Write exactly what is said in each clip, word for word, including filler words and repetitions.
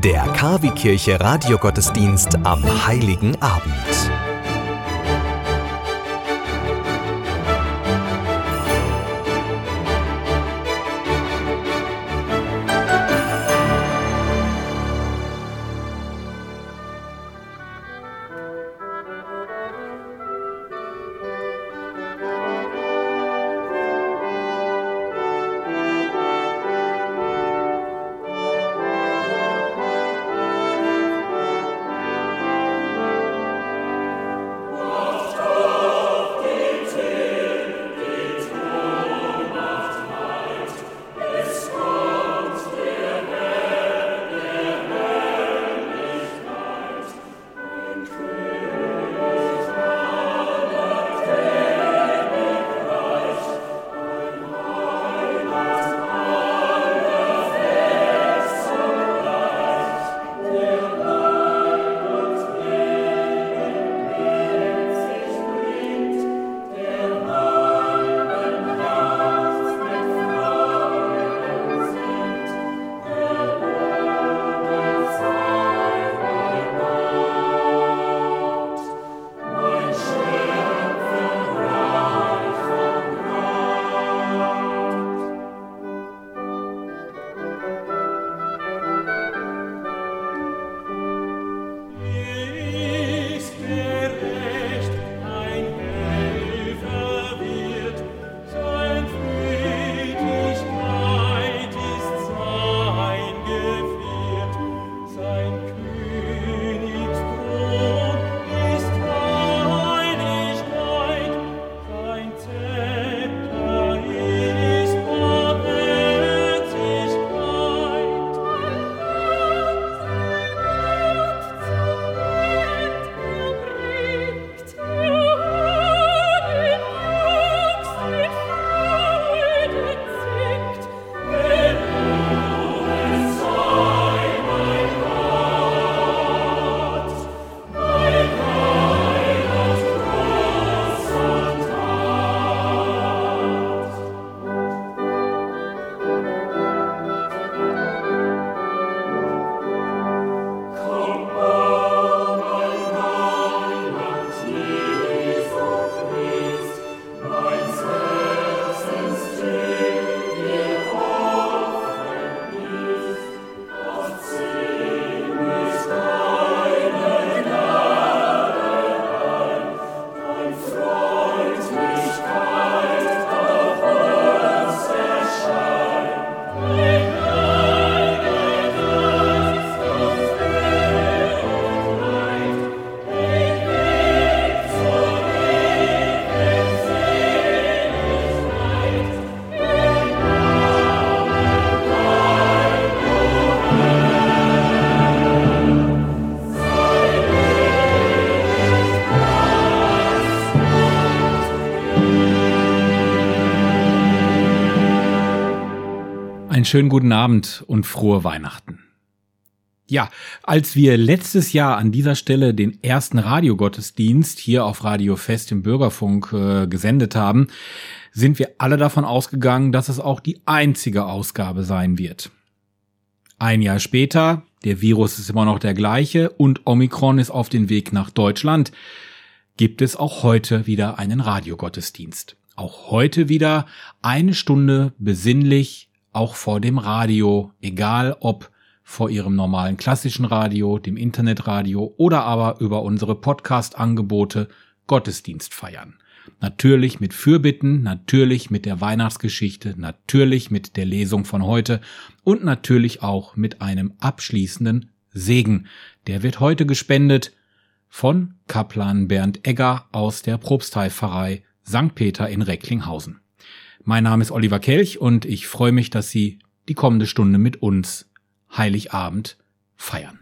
Der K W Kirche Radiogottesdienst am Heiligen Abend. Einen schönen guten Abend und frohe Weihnachten. Ja, als wir letztes Jahr an dieser Stelle den ersten Radiogottesdienst hier auf Radio Fest im Bürgerfunk äh, gesendet haben, sind wir alle davon ausgegangen, dass es auch die einzige Ausgabe sein wird. Ein Jahr später, der Virus ist immer noch der gleiche und Omikron ist auf den Weg nach Deutschland, gibt es auch heute wieder einen Radiogottesdienst. Auch heute wieder eine Stunde besinnlich, auch vor dem Radio, egal ob vor Ihrem normalen klassischen Radio, dem Internetradio oder aber über unsere Podcast-Angebote Gottesdienst feiern. Natürlich mit Fürbitten, natürlich mit der Weihnachtsgeschichte, natürlich mit der Lesung von heute und natürlich auch mit einem abschließenden Segen. Der wird heute gespendet von Kaplan Bernd Egger aus der Propsteipfarrei Sankt Peter in Recklinghausen. Mein Name ist Oliver Kelch und ich freue mich, dass Sie die kommende Stunde mit uns Heiligabend feiern.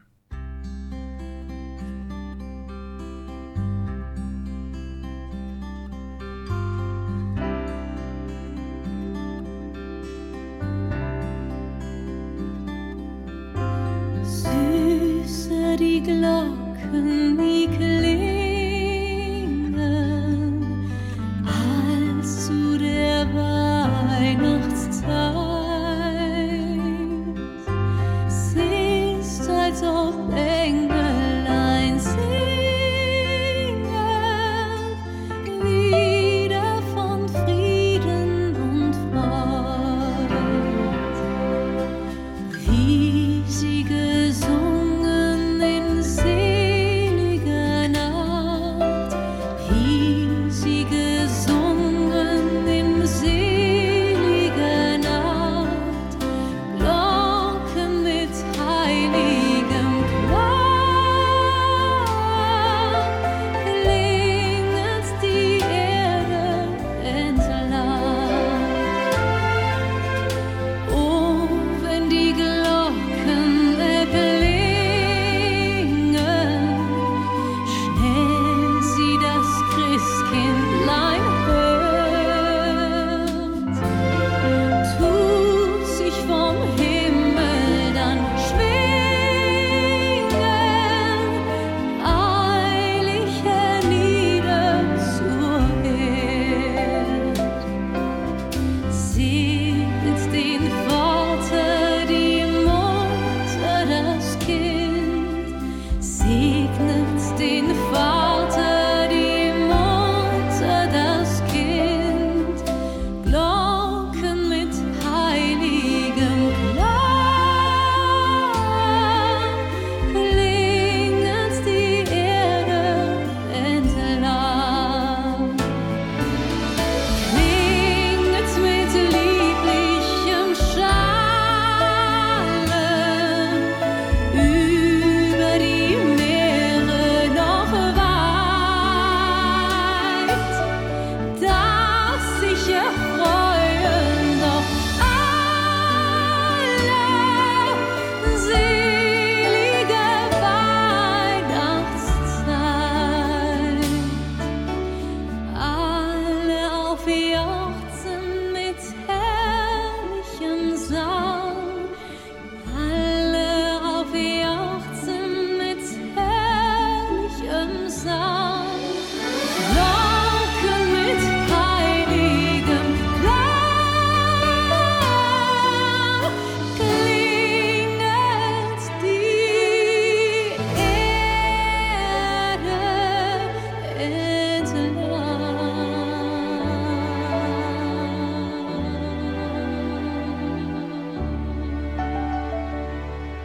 Süße die Glocken, die klingen, als zu der Weihnachtszeit. Sie ist, als ob Engelein singen, wieder von Frieden und Freud, wie sie gesungen in seliger Nacht, wie sie gesungen in seliger Nacht, Glocken mit heiligem Klang, klinget die Erde entlang. Oh, wenn die Glocken erklingen, schnell sie das Christkindlein hört, tut sich vom Himmel dann schwingen, eilig hernieder zur Erd. Segnet den Vater, die Mutter, das Kind. Segnet den Vater, die Mutter, das Kind. Glocken mit heiligem Klang, klinget die Erde entlang. Klinget mit lieblichem Schallen über die Meere noch weit, dass sich erfreuen doch alle, selige Weihnachtszeit. Alle aufjauchzen mit herrlichem Sang, alle aufjauchzen mit herrlichem Sang, Glocken mit heiligem Klang, klinget die Erde entlang.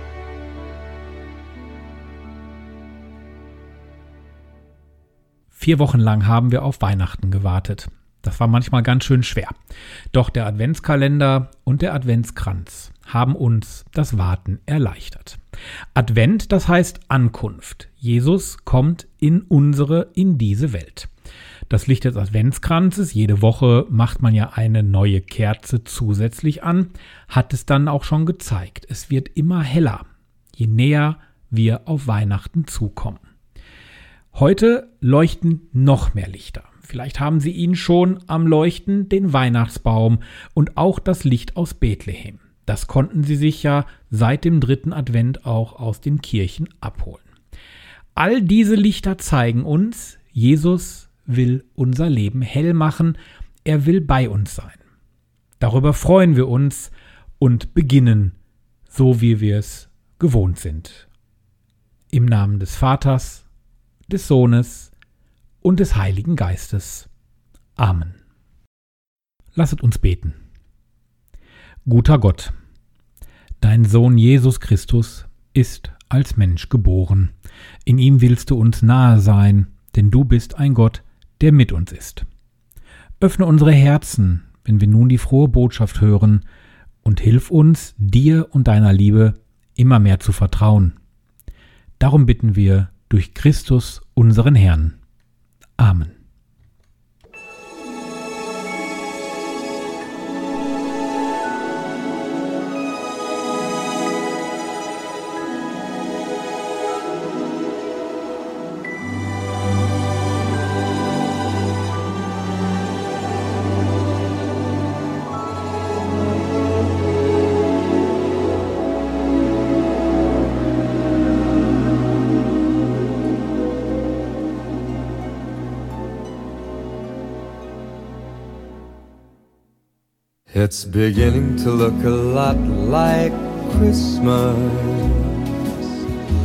Vier Wochen lang haben wir auf Weihnachten gewartet. Das war manchmal ganz schön schwer. Doch der Adventskalender und der Adventskranz haben uns das Warten erleichtert. Advent, das heißt Ankunft. Jesus kommt in unsere, in diese Welt. Das Licht des Adventskranzes, jede Woche macht man ja eine neue Kerze zusätzlich an, hat es dann auch schon gezeigt. Es wird immer heller, je näher wir auf Weihnachten zukommen. Heute leuchten noch mehr Lichter. Vielleicht haben Sie ihn schon am Leuchten, den Weihnachtsbaum und auch das Licht aus Bethlehem. Das konnten Sie sich ja seit dem dritten Advent auch aus den Kirchen abholen. All diese Lichter zeigen uns, Jesus will unser Leben hell machen. Er will bei uns sein. Darüber freuen wir uns und beginnen, so wie wir es gewohnt sind. Im Namen des Vaters, des Sohnes und des Heiligen Geistes. Amen. Lasset uns beten. Guter Gott, dein Sohn Jesus Christus ist als Mensch geboren. In ihm willst du uns nahe sein, denn du bist ein Gott, der mit uns ist. Öffne unsere Herzen, wenn wir nun die frohe Botschaft hören, und hilf uns, dir und deiner Liebe immer mehr zu vertrauen. Darum bitten wir durch Christus, unseren Herrn. Amen. It's beginning to look a lot like Christmas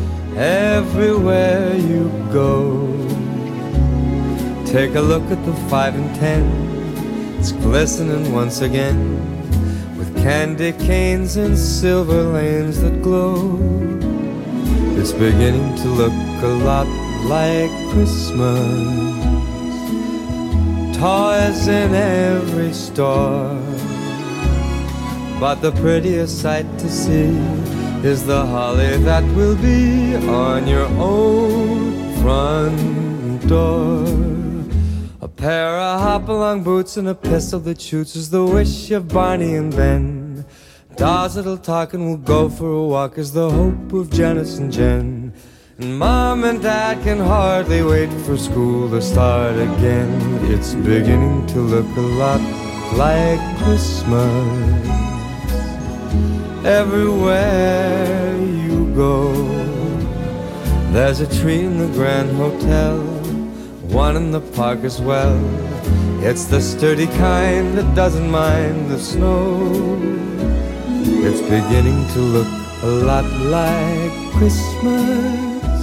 everywhere you go. Take a look at the five and ten, it's glistening once again, with candy canes and silver lanes that glow. It's beginning to look a lot like Christmas. Toys in every store, but the prettiest sight to see is the holly that will be on your own front door. A pair of hop-along boots and a pistol that shoots is the wish of Barney and Ben. Dolls that'll talk and will go for a walk is the hope of Janice and Jen. And Mom and Dad can hardly wait for school to start again. It's beginning to look a lot like Christmas everywhere you go. There's a tree in the Grand Hotel, one in the park as well. It's the sturdy kind that doesn't mind the snow. It's beginning to look a lot like Christmas.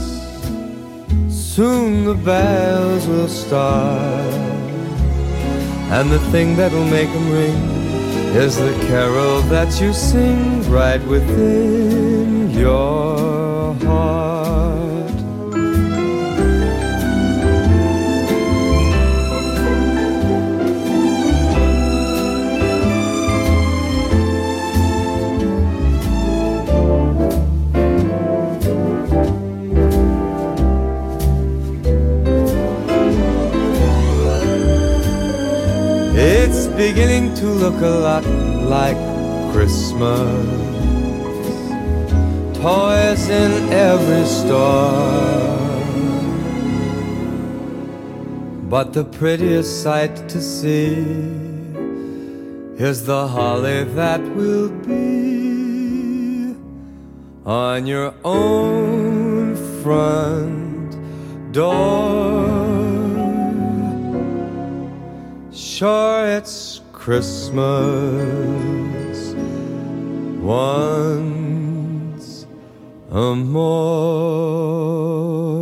Soon the bells will start, and the thing that'll make them ring is the carol that you sing right within your heart. It's beginning to look a lot like Christmas. Toys in every store, but the prettiest sight to see is the holly that will be on your own front door. Sure, it's Christmas once a more.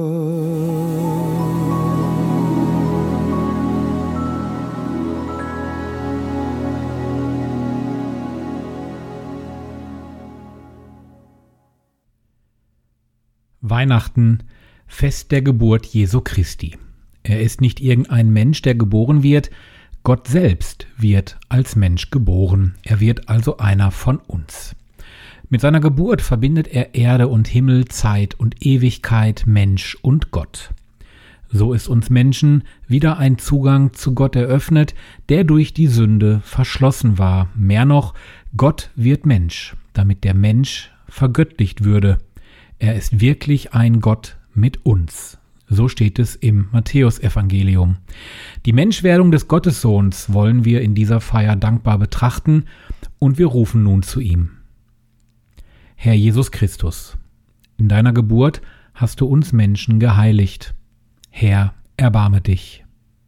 Weihnachten, Fest der Geburt Jesu Christi. Er ist nicht irgendein Mensch, der geboren wird. Gott selbst wird als Mensch geboren. Er wird also einer von uns. Mit seiner Geburt verbindet er Erde und Himmel, Zeit und Ewigkeit, Mensch und Gott. So ist uns Menschen wieder ein Zugang zu Gott eröffnet, der durch die Sünde verschlossen war. Mehr noch, Gott wird Mensch, damit der Mensch vergöttlicht würde. Er ist wirklich ein Gott mit uns. So steht es im Matthäusevangelium. Die Menschwerdung des Gottessohns wollen wir in dieser Feier dankbar betrachten und wir rufen nun zu ihm. Herr Jesus Christus, in deiner Geburt hast du uns Menschen geheiligt. Herr, erbarme dich.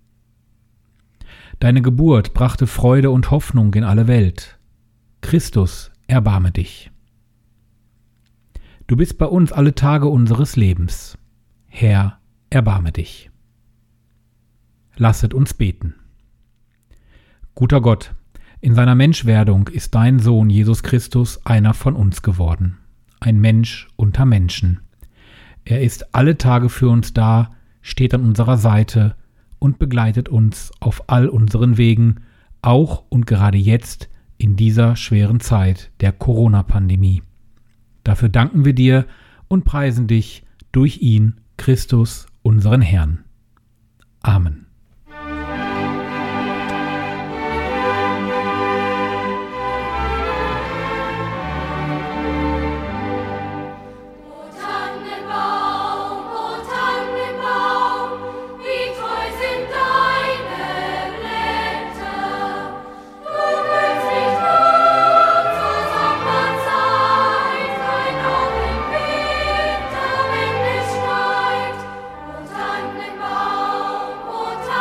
Deine Geburt brachte Freude und Hoffnung in alle Welt. Christus, erbarme dich. Du bist bei uns alle Tage unseres Lebens. Herr, erbarme dich. Lasset uns beten. Guter Gott, in seiner Menschwerdung ist dein Sohn Jesus Christus einer von uns geworden, ein Mensch unter Menschen. Er ist alle Tage für uns da, steht an unserer Seite und begleitet uns auf all unseren Wegen, auch und gerade jetzt in dieser schweren Zeit der Corona-Pandemie. Dafür danken wir dir und preisen dich durch ihn, Christus, unseren Herrn. Amen. Oh,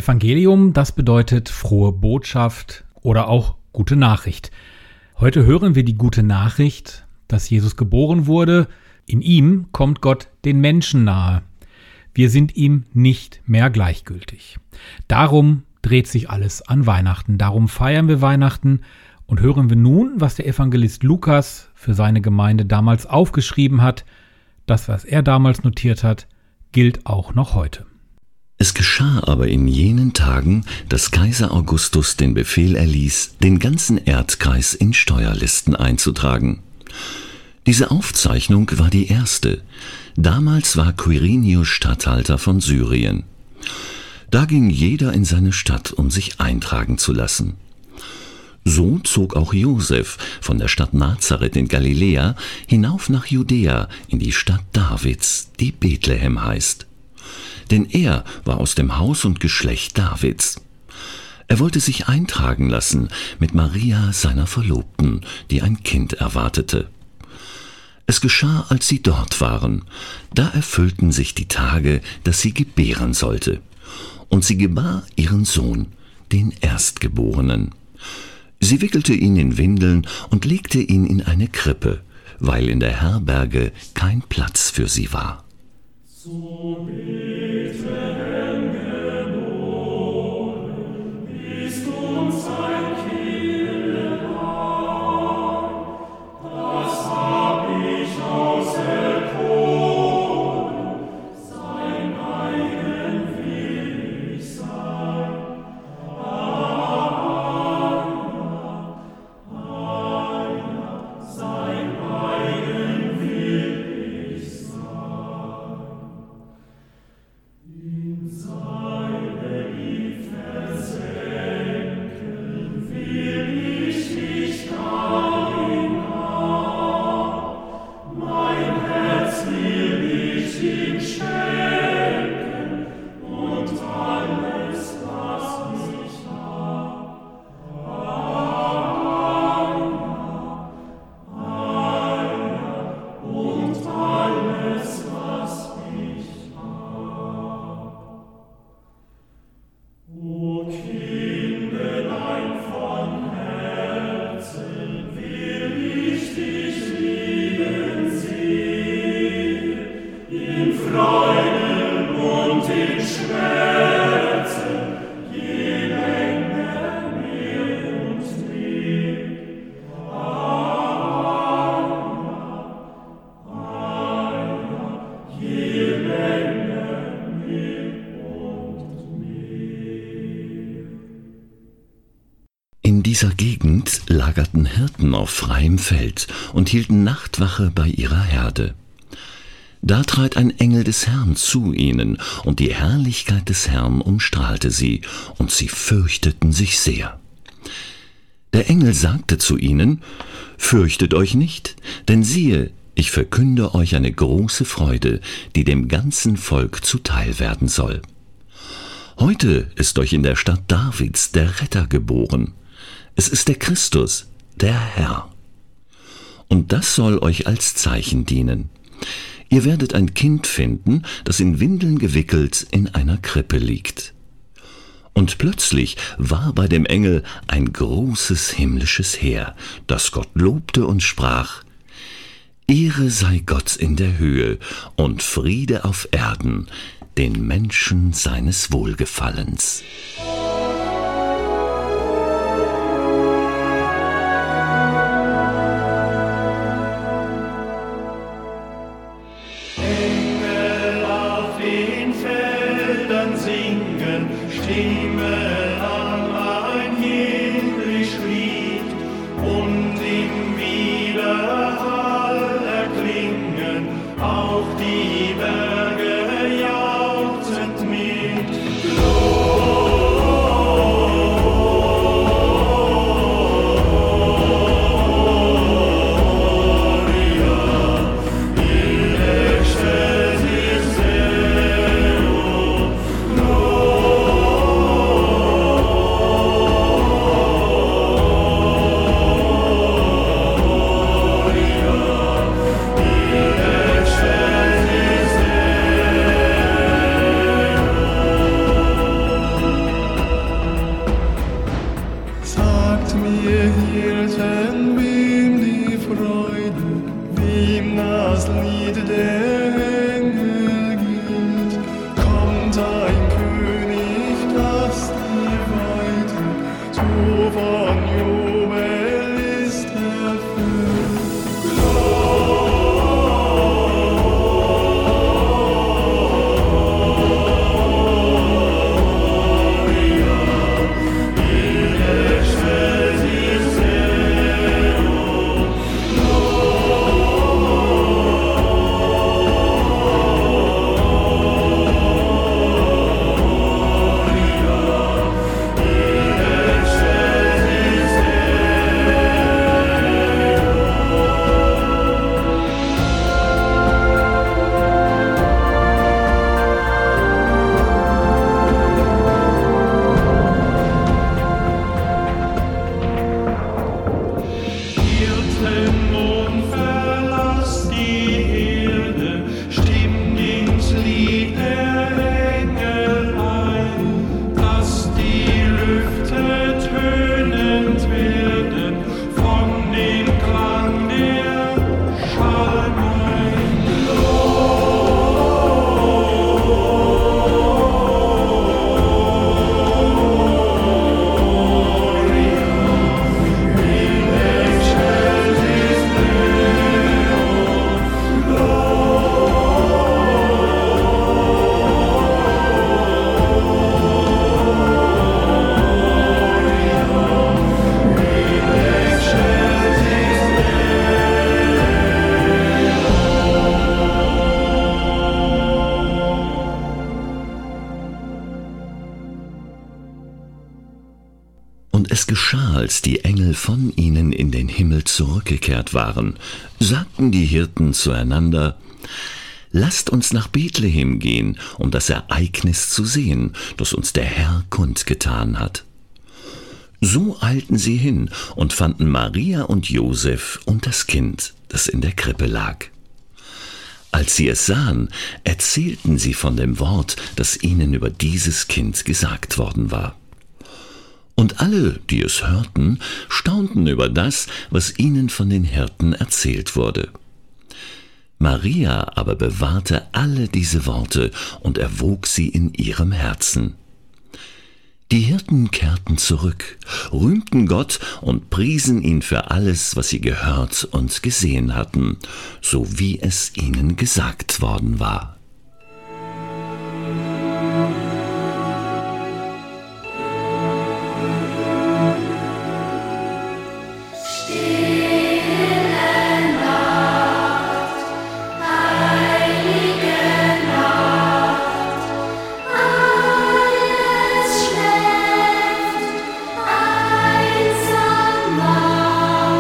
Evangelium, das bedeutet frohe Botschaft oder auch gute Nachricht. Heute hören wir die gute Nachricht, dass Jesus geboren wurde. In ihm kommt Gott den Menschen nahe. Wir sind ihm nicht mehr gleichgültig. Darum dreht sich alles an Weihnachten. Darum feiern wir Weihnachten und hören wir nun, was der Evangelist Lukas für seine Gemeinde damals aufgeschrieben hat. Das, was er damals notiert hat, gilt auch noch heute. Es geschah aber in jenen Tagen, dass Kaiser Augustus den Befehl erließ, den ganzen Erdkreis in Steuerlisten einzutragen. Diese Aufzeichnung war die erste. Damals war Quirinius Statthalter von Syrien. Da ging jeder in seine Stadt, um sich eintragen zu lassen. So zog auch Josef von der Stadt Nazareth in Galiläa hinauf nach Judäa in die Stadt Davids, die Bethlehem heißt. Denn er war aus dem Haus und Geschlecht Davids. Er wollte sich eintragen lassen mit Maria, seiner Verlobten, die ein Kind erwartete. Es geschah, als sie dort waren. Da erfüllten sich die Tage, dass sie gebären sollte. Und sie gebar ihren Sohn, den Erstgeborenen. Sie wickelte ihn in Windeln und legte ihn in eine Krippe, weil in der Herberge kein Platz für sie war. So Bethlehem geboren, ist uns ein Kind geboren, das hab ich auserkoren, sein eigen will ich sein. Ah, ja, ah, ja, sein eigen will ich sein. In seine Lieb versenken will ich dich dahin nah. Mein Herz will ich ihm schenken und alles, was ich hab. Ah, ja, ah, ja, und alles, was ich hab. O Kindlein von Herzen, will ich dich lieben sehen, in Freuden und in Schmerzen, je länger mehr und mehr. Ah, ja, ah, ja, je länger mehr und mehr. In dieser Gegend lagerten Hirten auf freiem Feld und hielten Nachtwache bei ihrer Herde. Da trat ein Engel des Herrn zu ihnen, und die Herrlichkeit des Herrn umstrahlte sie, und sie fürchteten sich sehr. Der Engel sagte zu ihnen: Fürchtet euch nicht, denn siehe, ich verkünde euch eine große Freude, die dem ganzen Volk zuteil werden soll. Heute ist euch in der Stadt Davids der Retter geboren. Es ist der Christus, der Herr. Und das soll euch als Zeichen dienen. Ihr werdet ein Kind finden, das in Windeln gewickelt in einer Krippe liegt. Und plötzlich war bei dem Engel ein großes himmlisches Heer, das Gott lobte und sprach: Ehre sei Gott in der Höhe und Friede auf Erden, den Menschen seines Wohlgefallens. Hirten, wem die Freude, wem das Lied der Engel gilt. Kommt ein König, das die Weite so von Jubel ist erfüllt. Es geschah, als die Engel von ihnen in den Himmel zurückgekehrt waren, sagten die Hirten zueinander: Lasst uns nach Bethlehem gehen, um das Ereignis zu sehen, das uns der Herr kundgetan hat. So eilten sie hin und fanden Maria und Josef und das Kind, das in der Krippe lag. Als sie es sahen, erzählten sie von dem Wort, das ihnen über dieses Kind gesagt worden war. Und alle, die es hörten, staunten über das, was ihnen von den Hirten erzählt wurde. Maria aber bewahrte alle diese Worte und erwog sie in ihrem Herzen. Die Hirten kehrten zurück, rühmten Gott und priesen ihn für alles, was sie gehört und gesehen hatten, so wie es ihnen gesagt worden war.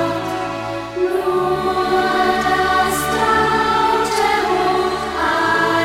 Nur das traute Hoch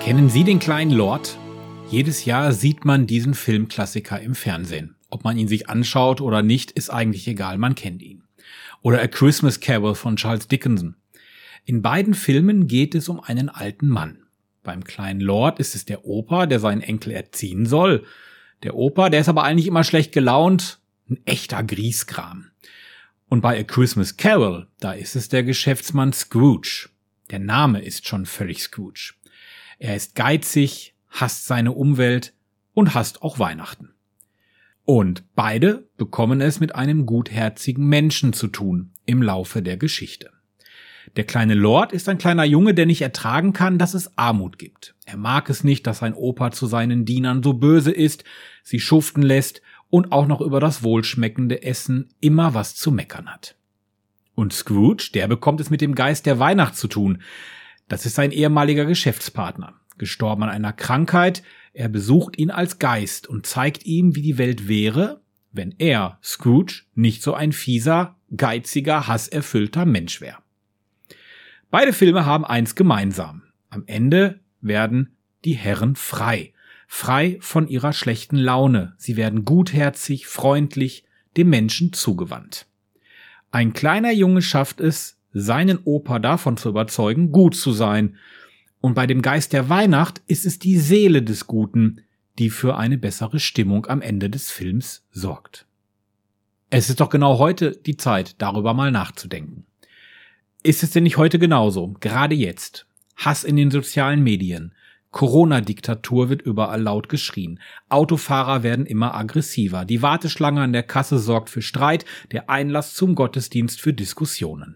Kennen Sie den kleinen Lord? Jedes Jahr sieht man diesen Filmklassiker im Fernsehen. Ob man ihn sich anschaut oder nicht, ist eigentlich egal, man kennt ihn. Oder A Christmas Carol von Charles Dickens. In beiden Filmen geht es um einen alten Mann. Beim kleinen Lord ist es der Opa, der seinen Enkel erziehen soll. Der Opa, der ist aber eigentlich immer schlecht gelaunt, ein echter Grieskram. Und bei A Christmas Carol, da ist es der Geschäftsmann Scrooge. Der Name ist schon völlig Scrooge. Er ist geizig, hasst seine Umwelt und hasst auch Weihnachten. Und beide bekommen es mit einem gutherzigen Menschen zu tun im Laufe der Geschichte. Der kleine Lord ist ein kleiner Junge, der nicht ertragen kann, dass es Armut gibt. Er mag es nicht, dass sein Opa zu seinen Dienern so böse ist, sie schuften lässt und auch noch über das wohlschmeckende Essen immer was zu meckern hat. Und Scrooge, der bekommt es mit dem Geist der Weihnacht zu tun. Das ist sein ehemaliger Geschäftspartner, gestorben an einer Krankheit. Er besucht ihn als Geist und zeigt ihm, wie die Welt wäre, wenn er, Scrooge, nicht so ein fieser, geiziger, hasserfüllter Mensch wäre. Beide Filme haben eins gemeinsam. Am Ende werden die Herren frei. Frei von ihrer schlechten Laune. Sie werden gutherzig, freundlich, dem Menschen zugewandt. Ein kleiner Junge schafft es, seinen Opa davon zu überzeugen, gut zu sein. Und bei dem Geist der Weihnacht ist es die Seele des Guten, die für eine bessere Stimmung am Ende des Films sorgt. Es ist doch genau heute die Zeit, darüber mal nachzudenken. Ist es denn nicht heute genauso? Gerade jetzt. Hass in den sozialen Medien. Corona-Diktatur wird überall laut geschrien. Autofahrer werden immer aggressiver. Die Warteschlange an der Kasse sorgt für Streit. Der Einlass zum Gottesdienst für Diskussionen.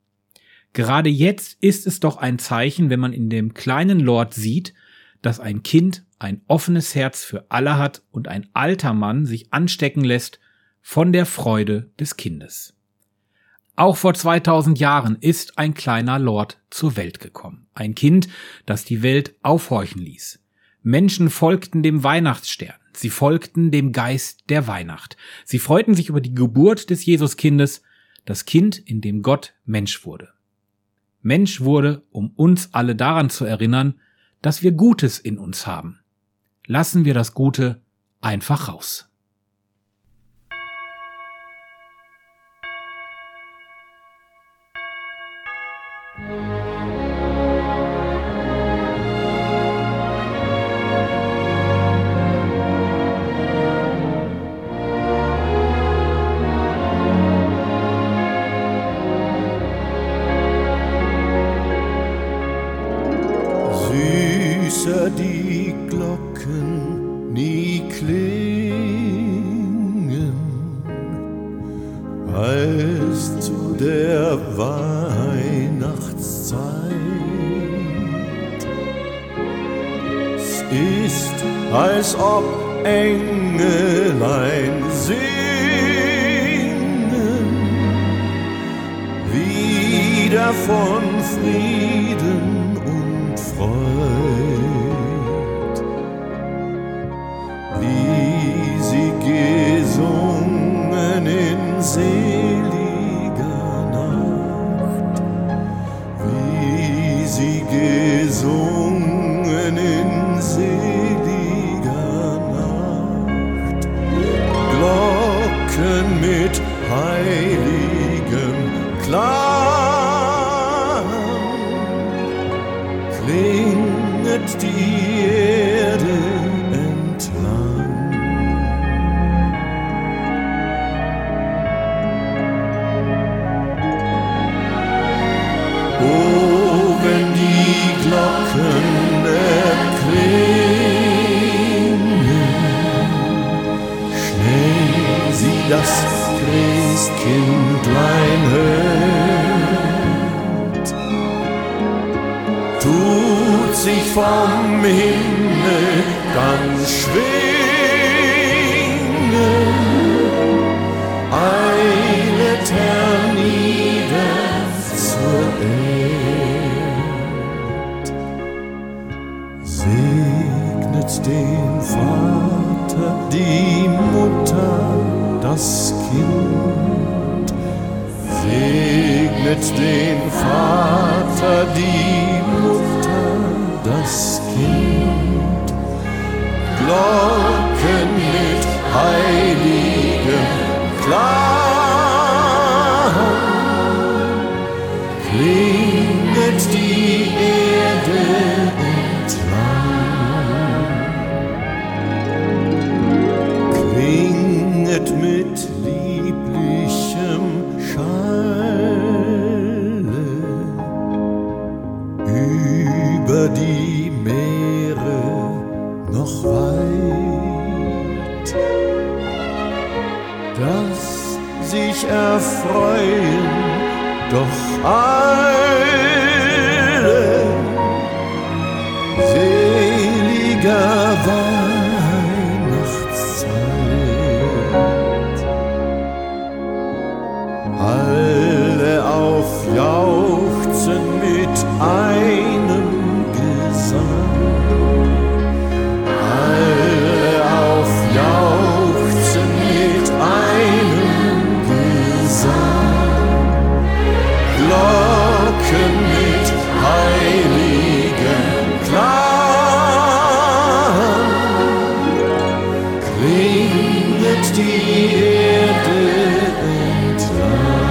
Gerade jetzt ist es doch ein Zeichen, wenn man in dem kleinen Lord sieht, dass ein Kind ein offenes Herz für alle hat und ein alter Mann sich anstecken lässt von der Freude des Kindes. Auch vor zweitausend Jahren ist ein kleiner Lord zur Welt gekommen. Ein Kind, das die Welt aufhorchen ließ. Menschen folgten dem Weihnachtsstern. Sie folgten dem Geist der Weihnacht. Sie freuten sich über die Geburt des Jesuskindes, das Kind, in dem Gott Mensch wurde. Mensch wurde, um uns alle daran zu erinnern, dass wir Gutes in uns haben. Lassen wir das Gute einfach raus. Süßer die Glocken nie klingen, als zu der Weihnachtszeit. Es ist, als ob Engelein singen, wieder von Frieden und Freud, wie sie gesungen in seliger Nacht, wie sie gesungen in seliger Nacht, Glocken mit heiligem Klang, klinget die Erde entlang. Oh, wenn die Glocken erklingen, schnell sie das Christkindlein hört, tut sich vom Himmel ganz schwingen, eilet hernieder zur Erd. Segnet den Vater, die Mutter, das Kind. Segnet den Vater, die Mutter, das Kind. Glocken mit heiligem Klang klinget die Erde entlang, klinget mit lieblichem Schalle über die Meere noch weit, dass sich erfreuen doch alle seliger Weihnachtszeit. Alle aufjauchzen mit einem Gesang, alle aufjauchzen mit einem Gesang, Glocken mit heiligem Klang, klinget die Erde entlang.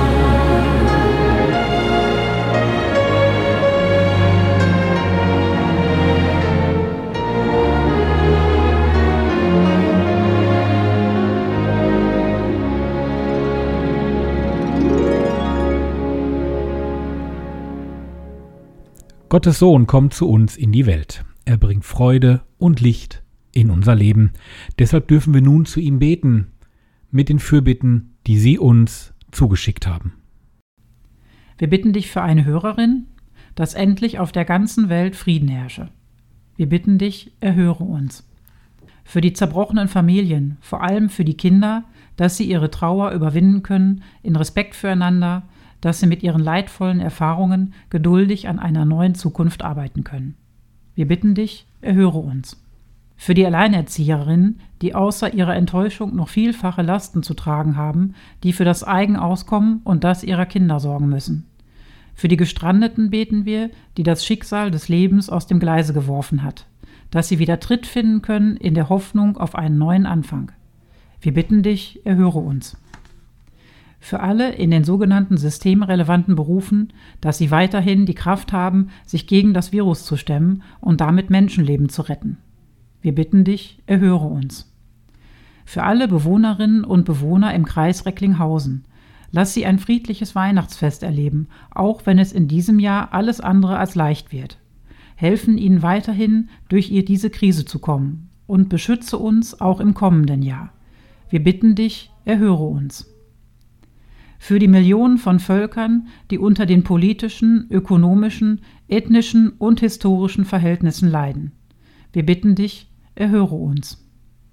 Gottes Sohn kommt zu uns in die Welt. Er bringt Freude und Licht in unser Leben. Deshalb dürfen wir nun zu ihm beten, mit den Fürbitten, die Sie uns zugeschickt haben. Wir bitten dich für eine Hörerin, dass endlich auf der ganzen Welt Frieden herrsche. Wir bitten dich, erhöre uns. Für die zerbrochenen Familien, vor allem für die Kinder, dass sie ihre Trauer überwinden können, in Respekt füreinander, dass sie mit ihren leidvollen Erfahrungen geduldig an einer neuen Zukunft arbeiten können. Wir bitten dich, erhöre uns. Für die Alleinerzieherinnen, die außer ihrer Enttäuschung noch vielfache Lasten zu tragen haben, die für das Eigenauskommen und das ihrer Kinder sorgen müssen. Für die Gestrandeten beten wir, die das Schicksal des Lebens aus dem Gleise geworfen hat, dass sie wieder Tritt finden können in der Hoffnung auf einen neuen Anfang. Wir bitten dich, erhöre uns. Für alle in den sogenannten systemrelevanten Berufen, dass sie weiterhin die Kraft haben, sich gegen das Virus zu stemmen und damit Menschenleben zu retten. Wir bitten dich, erhöre uns. Für alle Bewohnerinnen und Bewohner im Kreis Recklinghausen, lass sie ein friedliches Weihnachtsfest erleben, auch wenn es in diesem Jahr alles andere als leicht wird. Helfen ihnen weiterhin, durch ihr diese Krise zu kommen und beschütze uns auch im kommenden Jahr. Wir bitten dich, erhöre uns. Für die Millionen von Völkern, die unter den politischen, ökonomischen, ethnischen und historischen Verhältnissen leiden. Wir bitten dich, erhöre uns.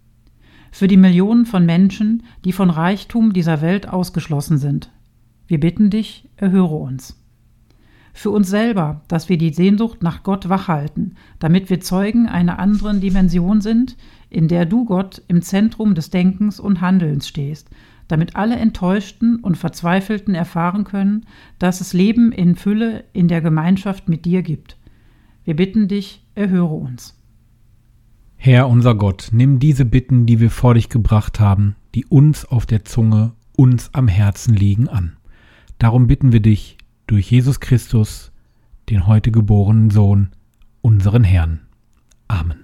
Für die Millionen von Menschen, die von Reichtum dieser Welt ausgeschlossen sind. Wir bitten dich, erhöre uns. Für uns selber, dass wir die Sehnsucht nach Gott wachhalten, damit wir Zeugen einer anderen Dimension sind, in der du, Gott, im Zentrum des Denkens und Handelns stehst, damit alle Enttäuschten und Verzweifelten erfahren können, dass es Leben in Fülle in der Gemeinschaft mit dir gibt. Wir bitten dich, erhöre uns. Herr unser Gott, nimm diese Bitten, die wir vor dich gebracht haben, die uns auf der Zunge, uns am Herzen liegen, an. Darum bitten wir dich, durch Jesus Christus, den heute geborenen Sohn, unseren Herrn. Amen.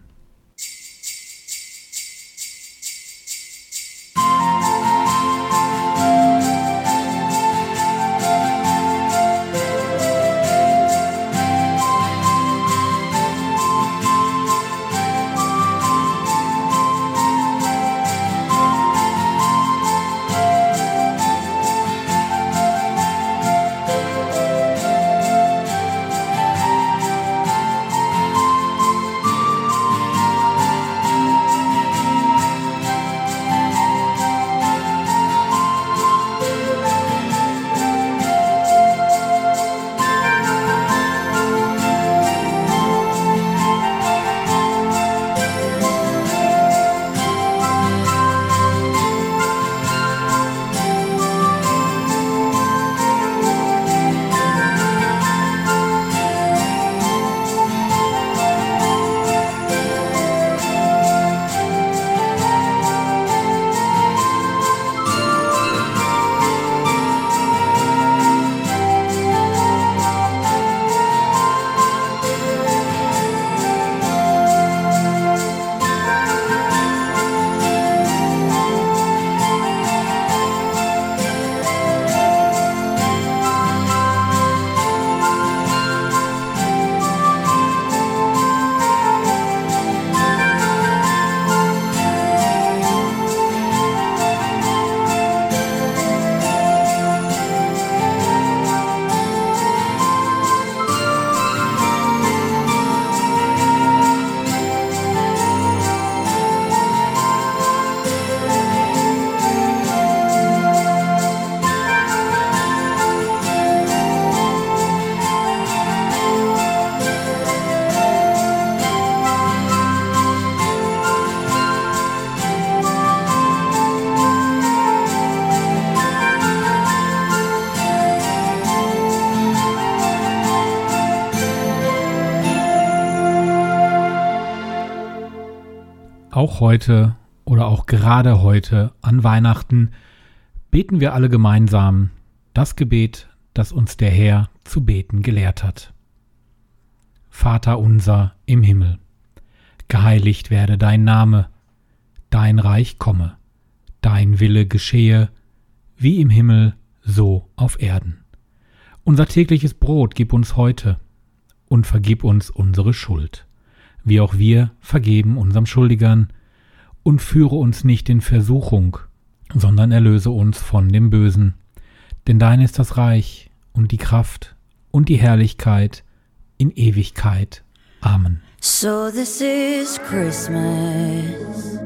auch heute oder auch gerade heute an Weihnachten beten wir alle gemeinsam das Gebet, das uns der Herr zu beten gelehrt hat. Vater unser im Himmel, geheiligt werde dein Name, dein Reich komme, dein Wille geschehe, wie im Himmel, so auf Erden. Unser tägliches Brot gib uns heute und vergib uns unsere Schuld, wie auch wir vergeben unseren Schuldigern, und führe uns nicht in Versuchung, sondern erlöse uns von dem Bösen. Denn dein ist das Reich und die Kraft und die Herrlichkeit in Ewigkeit. Amen. So this is Christmas,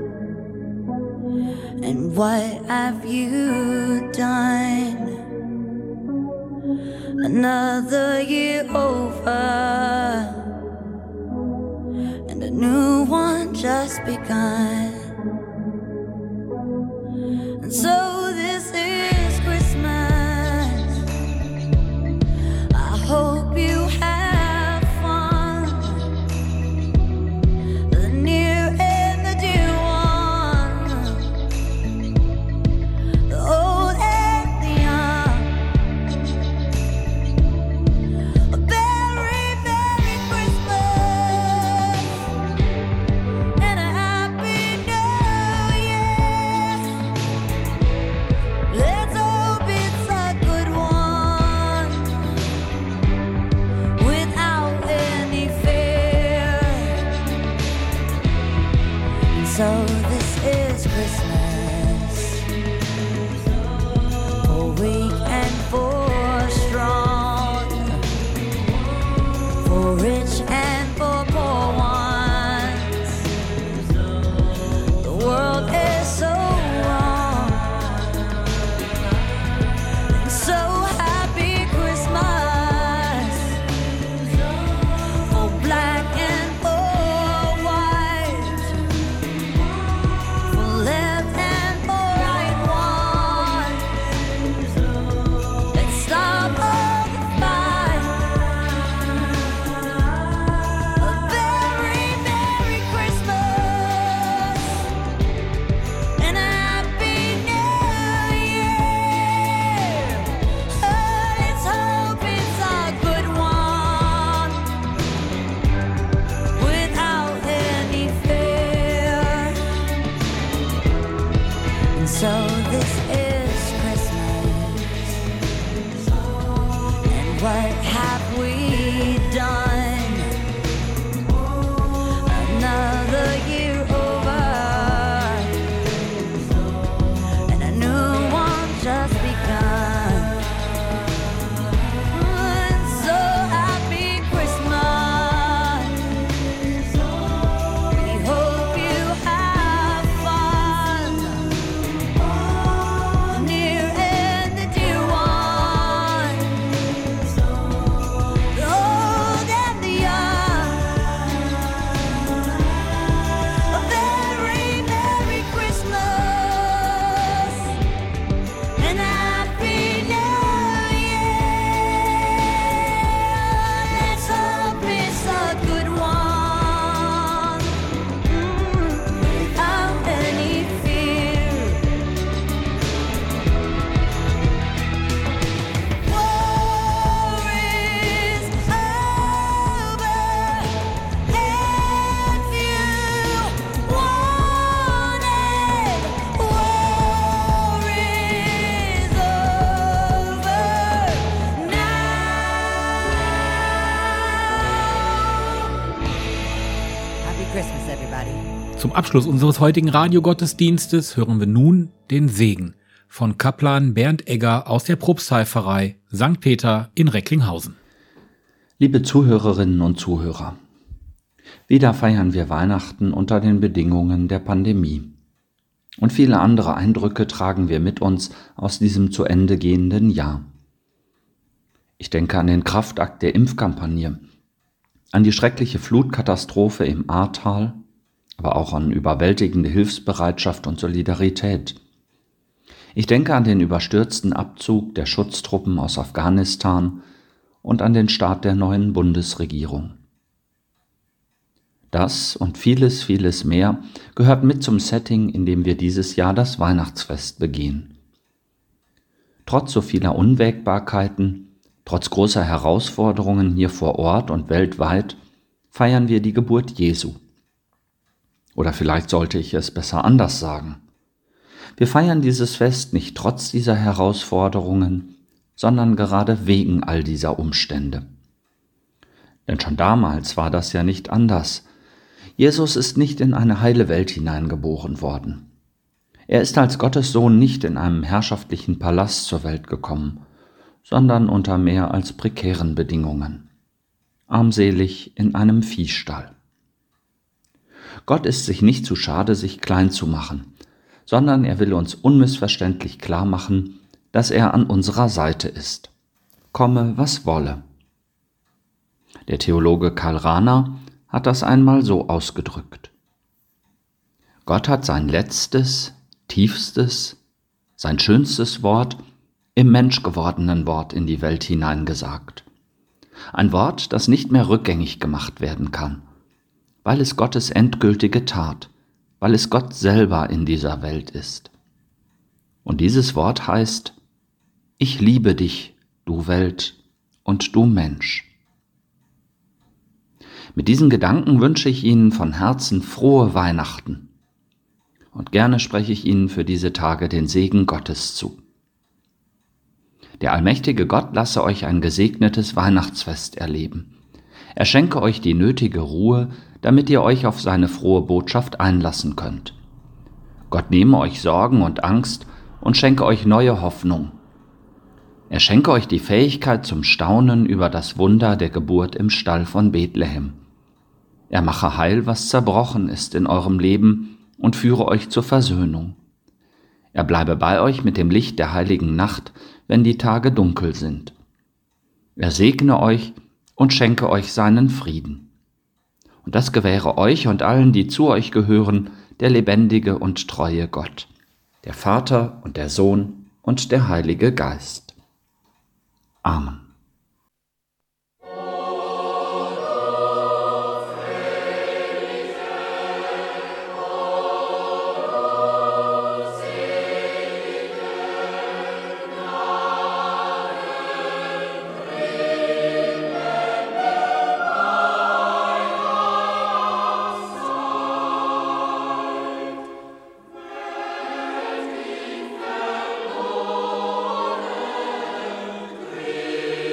and what have you done? Another year over, and a new one just begun. And so this is Christmas. I hope you have fun, the near and the dear one, the old and the young. A very, very Christmas and a happy New Year. Let's hope it's a good one without any fear. And so this is Christmas, for weak and for strong, for rich and for poor ones. The world is so wrong. So happy Christmas for black and for white, for left and for right one. Let's stop all the fight. A very Merry Christmas and a Happy New Year. Let's hope it's a good one without any fear. And so this is Christmas, and what have we done? Another year over, and a new one just begun. So happy Christmas. We hope you have fun, near and the dear one, the old and the young. A very Merry Christmas and a Happy New Year. Let's hope it's a good one, without any fear. War is over, and few want it. War is over now. Happy Christmas, everybody. Zum Abschluss unseres heutigen Radiogottesdienstes hören wir nun den Segen von Kaplan Bernd Egger aus der Propsteiferei Sankt Peter in Recklinghausen. Liebe Zuhörerinnen und Zuhörer, wieder feiern wir Weihnachten unter den Bedingungen der Pandemie. Und viele andere Eindrücke tragen wir mit uns aus diesem zu Ende gehenden Jahr. Ich denke an den Kraftakt der Impfkampagne, an die schreckliche Flutkatastrophe im Ahrtal, aber auch an überwältigende Hilfsbereitschaft und Solidarität. Ich denke an den überstürzten Abzug der Schutztruppen aus Afghanistan und an den Start der neuen Bundesregierung. Das und vieles, vieles mehr gehört mit zum Setting, in dem wir dieses Jahr das Weihnachtsfest begehen. Trotz so vieler Unwägbarkeiten, trotz großer Herausforderungen hier vor Ort und weltweit, feiern wir die Geburt Jesu. Oder vielleicht sollte ich es besser anders sagen. Wir feiern dieses Fest nicht trotz dieser Herausforderungen, sondern gerade wegen all dieser Umstände. Denn schon damals war das ja nicht anders. Jesus ist nicht in eine heile Welt hineingeboren worden. Er ist als Gottes Sohn nicht in einem herrschaftlichen Palast zur Welt gekommen, sondern unter mehr als prekären Bedingungen. Armselig in einem Viehstall. Gott ist sich nicht zu schade, sich klein zu machen, sondern er will uns unmissverständlich klar machen, dass er an unserer Seite ist. Komme, was wolle. Der Theologe Karl Rahner hat das einmal so ausgedrückt. Gott hat sein letztes, tiefstes, sein schönstes Wort im menschgewordenen Wort in die Welt hineingesagt. Ein Wort, das nicht mehr rückgängig gemacht werden kann, weil es Gottes endgültige Tat, weil es Gott selber in dieser Welt ist. Und dieses Wort heißt: Ich liebe dich, du Welt und du Mensch. Mit diesen Gedanken wünsche ich Ihnen von Herzen frohe Weihnachten. Und gerne spreche ich Ihnen für diese Tage den Segen Gottes zu. Der allmächtige Gott lasse euch ein gesegnetes Weihnachtsfest erleben. Er schenke euch die nötige Ruhe, damit ihr euch auf seine frohe Botschaft einlassen könnt. Gott nehme euch Sorgen und Angst und schenke euch neue Hoffnung. Er schenke euch die Fähigkeit zum Staunen über das Wunder der Geburt im Stall von Bethlehem. Er mache heil, was zerbrochen ist in eurem Leben, und führe euch zur Versöhnung. Er bleibe bei euch mit dem Licht der heiligen Nacht, wenn die Tage dunkel sind. Er segne euch und schenke euch seinen Frieden. Und das gewähre euch und allen, die zu euch gehören, der lebendige und treue Gott, der Vater und der Sohn und der Heilige Geist. Amen. Free.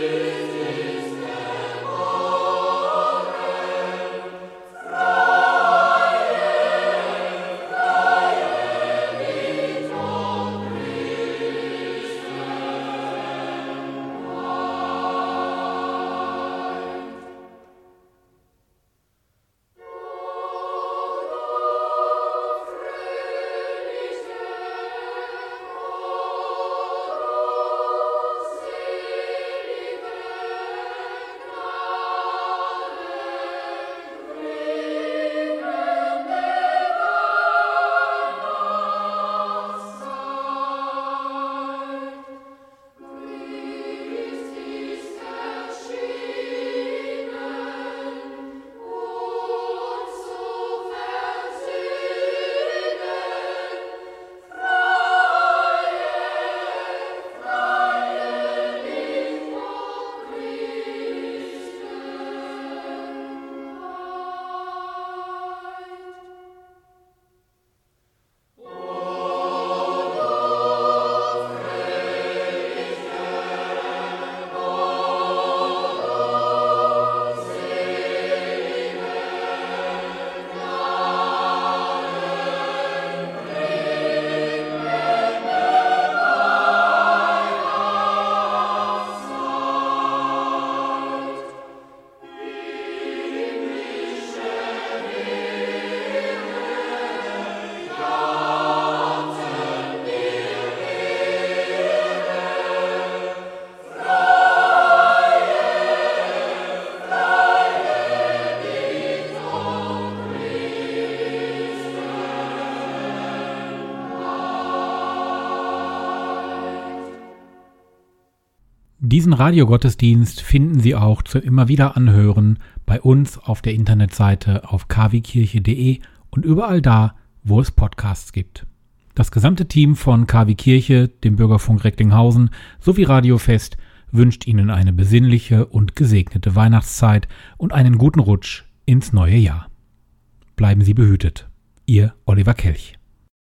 Diesen Radiogottesdienst finden Sie auch zum immer wieder anhören bei uns auf der Internetseite auf k w kirche punkt d e und überall da, wo es Podcasts gibt. Das gesamte Team von K W Kirche, dem Bürgerfunk Recklinghausen sowie Radio Fest wünscht Ihnen eine besinnliche und gesegnete Weihnachtszeit und einen guten Rutsch ins neue Jahr. Bleiben Sie behütet. Ihr Oliver Kelch.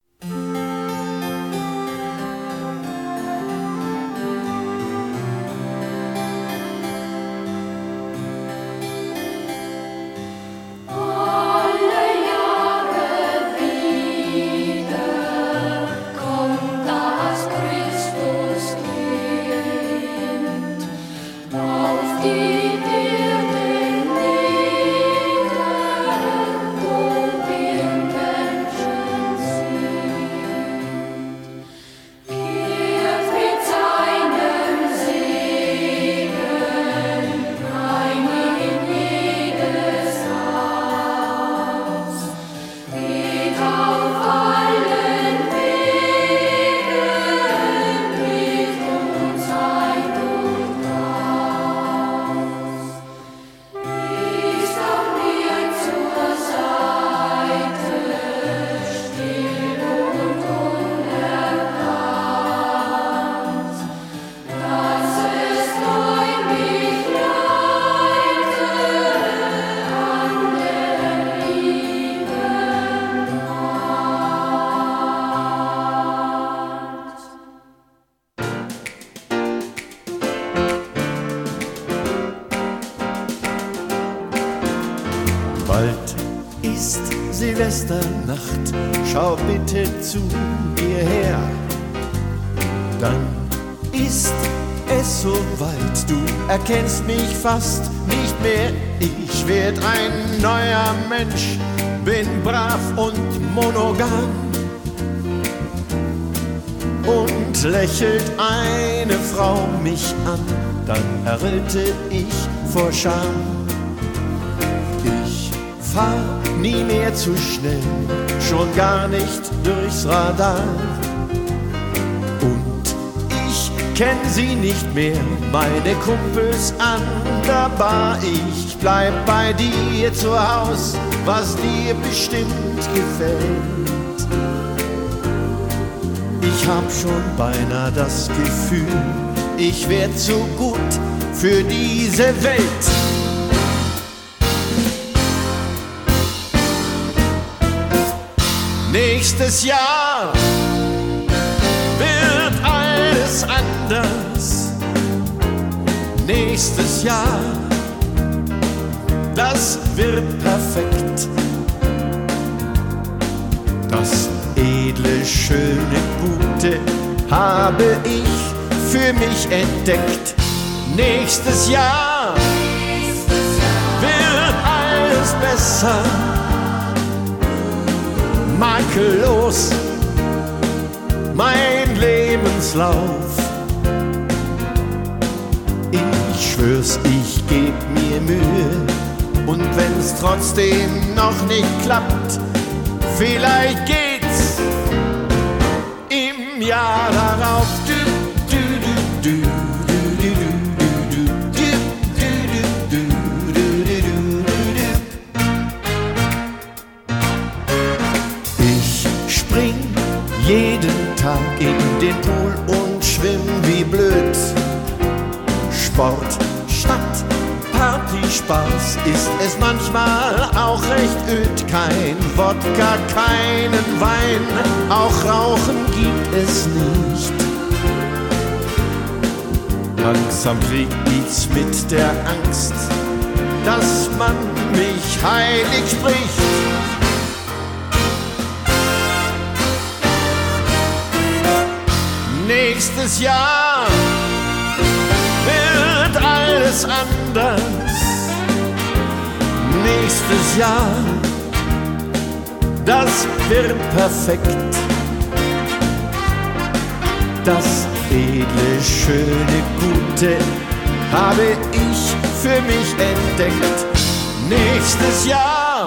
Bald ist Silvesternacht, schau bitte zu mir her. Dann ist es soweit, du erkennst mich fast nicht mehr. Ich werd ein neuer Mensch, bin brav und monogam. Und lächelt eine Frau mich an, dann erröte ich vor Scham. Fahr nie mehr zu schnell, schon gar nicht durchs Radar. Und ich kenn sie nicht mehr, meine Kumpels an der Bar. Ich bleib bei dir zu Haus, was dir bestimmt gefällt. Ich hab schon beinahe das Gefühl, ich werd zu gut für diese Welt. Nächstes Jahr wird alles anders. Nächstes Jahr, das wird perfekt. Das edle, schöne, gute habe ich für mich entdeckt. Nächstes Jahr wird alles besser. Makellos mein Lebenslauf. Ich schwör's, ich geb mir Mühe. Und wenn's trotzdem noch nicht klappt, vielleicht geht's im Jahr darauf. Du, du, du, du. Jeden Tag in den Pool und schwimm wie blöd. Sport statt Party, Spaß ist es manchmal auch recht öd. Kein Wodka, keinen Wein, auch Rauchen gibt es nicht. Langsam krieg ich's mit der Angst, dass man mich heilig spricht. Nächstes Jahr wird alles anders. Nächstes Jahr, das wird perfekt. Das edle, schöne, gute habe ich für mich entdeckt. Nächstes Jahr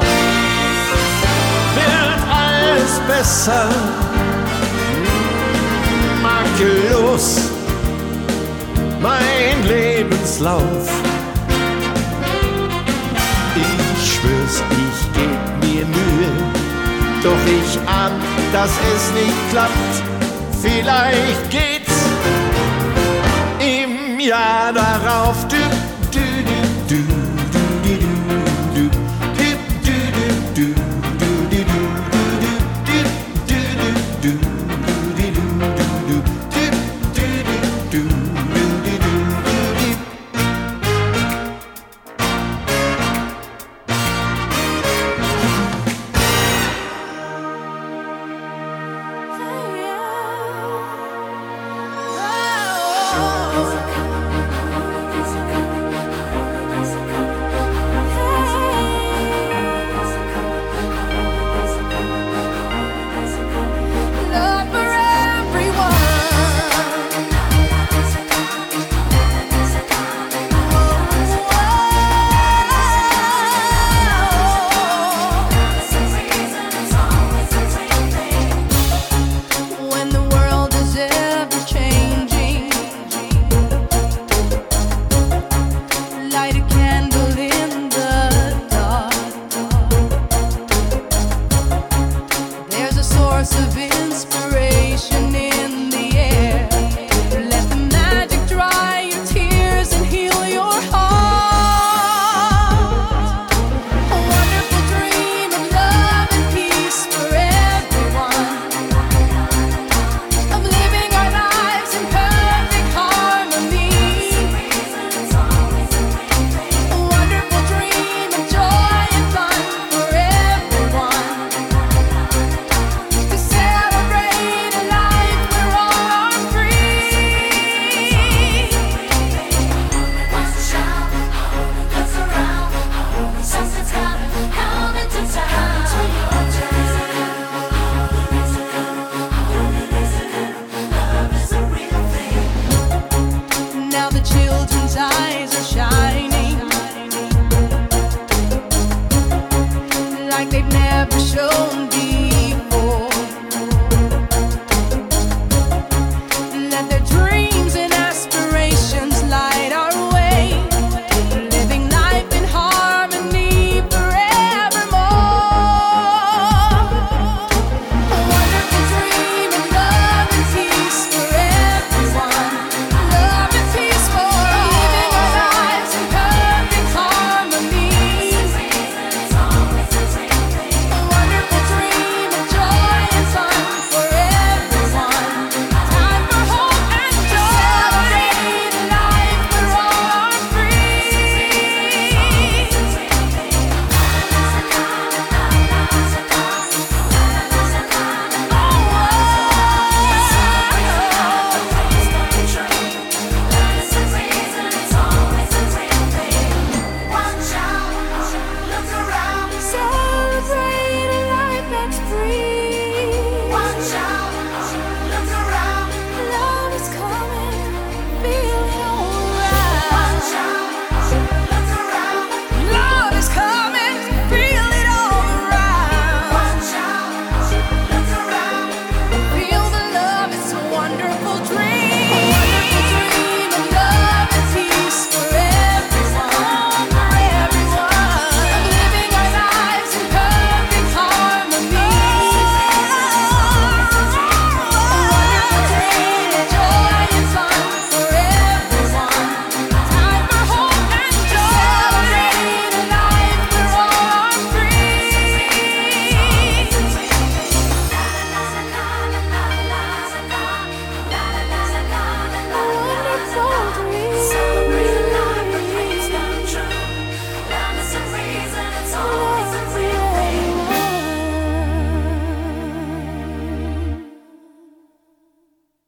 wird alles besser. Makellos mein den Lebenslauf. Ich schwör's, ich geb mir Mühe, doch ich ahn, dass es nicht klappt. Vielleicht geht's im Jahr darauf. Du